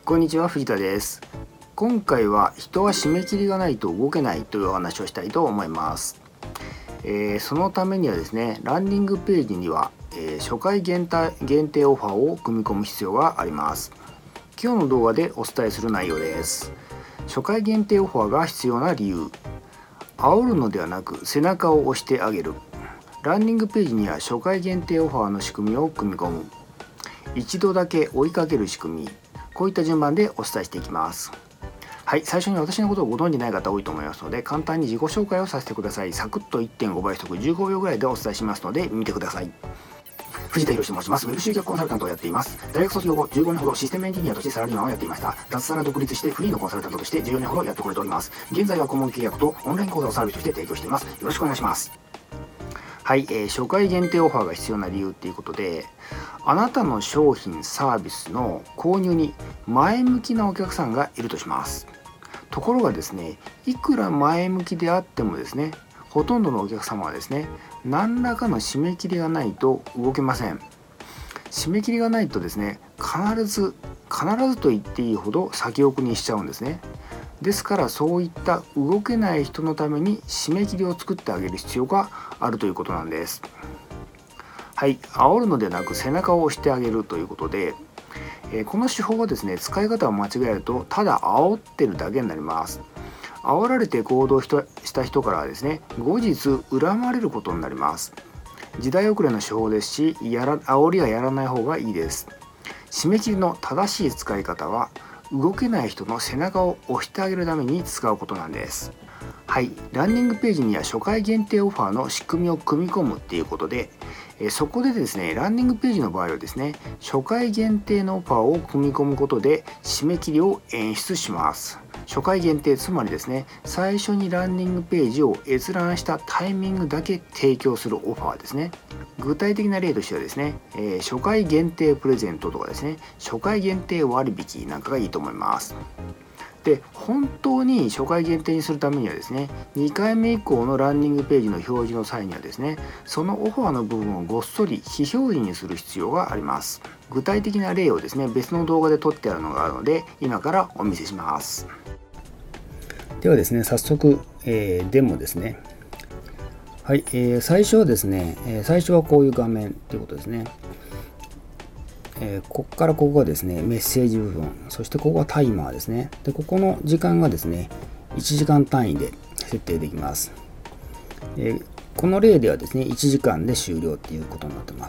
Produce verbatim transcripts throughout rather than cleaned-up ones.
こんにちは、藤田です。今回は人は締め切りがないと動けないというお話をしたいと思います。えー、そのためにはですね、ランディングページには、えー、初回限定限定オファーを組み込む必要があります。今日の動画でお伝えする内容です。初回限定オファーが必要な理由。煽るのではなく背中を押してあげる。ランディングページには初回限定オファーの仕組みを組み込む。一度だけ追いかける仕組み。こういった順番でお伝えしていきます。はい、最初に私のことをご存じない方多いと思いますので、簡単に自己紹介をさせてください。サクッと いってんご 倍速じゅうごびょうぐらいでお伝えしますので見てください。藤田博と申します。ウェブ集客コンサルタントをやっています。大学卒業後じゅうごねんほどシステムエンジニアとしてサラリーマンをやっていました。脱サラ独立してフリーのコンサルタントとしてじゅうよねんほどやってこれております。現在は顧問契約とオンライン講座をサービスとして提供しています。よろしくお願いします。はい、えー、初回限定オファーが必要な理由っていうことで、あなたの商品サービスの購入に前向きなお客さんがいるとします。ところがですね、いくら前向きであってもですね、ほとんどのお客様はですね、何らかの締め切りがないと動けません。締め切りがないとですね、必ず必ずと言っていいほど先送りにしちゃうんですね。ですからそういった動けない人のために締め切りを作ってあげる必要があるということなんです。はい、煽るのではなく背中を押してあげるということで、えー、この手法はですね、使い方を間違えるとただ煽ってるだけになります。煽られて行動した人からはですね、後日恨まれることになります。時代遅れの手法ですし、やら煽りはやらない方がいいです。締め切りの正しい使い方は、動けない人の背中を押してあげるために使うことなんです。はい、ランディングページには初回限定オファーの仕組みを組み込むっていうことで、えそこでですね、ランディングページの場合はですね、初回限定のオファーを組み込むことで締め切りを演出します。初回限定、つまりですね、最初にランディングページを閲覧したタイミングだけ提供するオファーですね。具体的な例としてはですね、えー、初回限定プレゼントとかですね、初回限定割引なんかがいいと思います。で、本当に初回限定にするためにはですね、にかいめ以降のランディングページの表示の際にはですね、そのオファーの部分をごっそり非表示にする必要があります。具体的な例をですね、別の動画で撮ってあるのがあるので、今からお見せします。ではですね、早速、えー、デモですね。はい、えー、最初はですね、えー、最初はこういう画面ということですね。えー、ここからここがですね、メッセージ部分、そしてここがタイマーですね。で、ここの時間がですね、いちじかん単位で設定できます。えー、この例ではですね、いちじかんで終了っていうことになってます。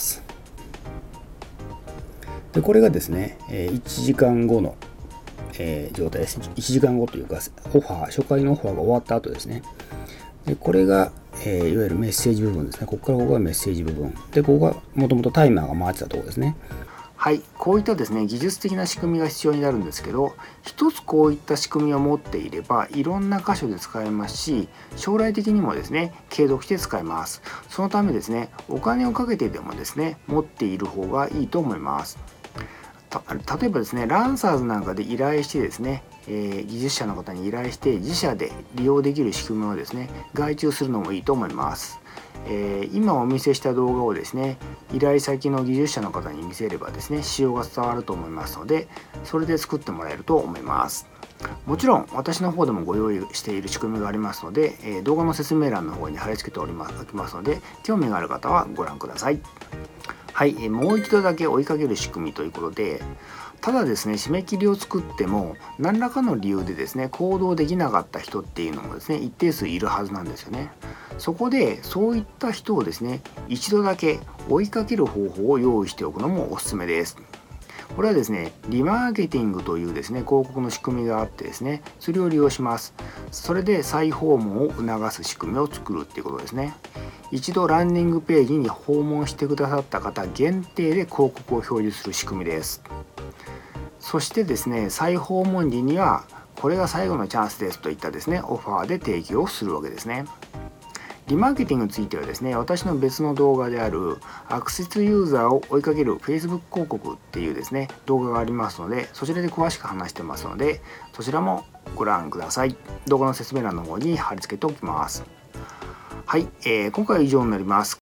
で、これがですね、いちじかんごの、えー、状態ですね。いちじかんごというか、オファー、初回のオファーが終わった後ですね。で、これが、えー、いわゆるメッセージ部分ですね。ここからここがメッセージ部分。で、ここがもともとタイマーが回ってたところですね。はい、こういったですね、技術的な仕組みが必要になるんですけど、一つこういった仕組みを持っていればいろんな箇所で使えますし、将来的にもですね、継続して使えます。そのためですね、お金をかけてでもですね、持っている方がいいと思います。例えばですね、ランサーズなんかで依頼してですね、えー、技術者の方に依頼して自社で利用できる仕組みをですね、外注するのもいいと思います。えー、今お見せした動画をですね、依頼先の技術者の方に見せればですね、仕様が伝わると思いますので、それで作ってもらえると思います。もちろん私の方でもご用意している仕組みがありますので、えー、動画の説明欄の方に貼り付けておりますので、興味がある方はご覧ください。はい、もう一度だけ追いかける仕組みということで、ただですね、締め切りを作っても何らかの理由でですね、行動できなかった人っていうのもですね、一定数いるはずなんですよね。そこでそういった人をですね、一度だけ追いかける方法を用意しておくのもおすすめです。これはですね、リマーケティングというですね、広告の仕組みがあってですね、それを利用します。それで再訪問を促す仕組みを作るっていうことですね。一度ランディングページに訪問してくださった方限定で広告を表示する仕組みです。そしてですね、再訪問時にはこれが最後のチャンスですといったですね、オファーで提供するわけですね。リマーケティングについてはですね、私の別の動画であるアクセスユーザーを追いかける Facebook 広告っていうですね、動画がありますので、そちらで詳しく話してますので、そちらもご覧ください。動画の説明欄の方に貼り付けておきます。はい、えー、今回は以上になります。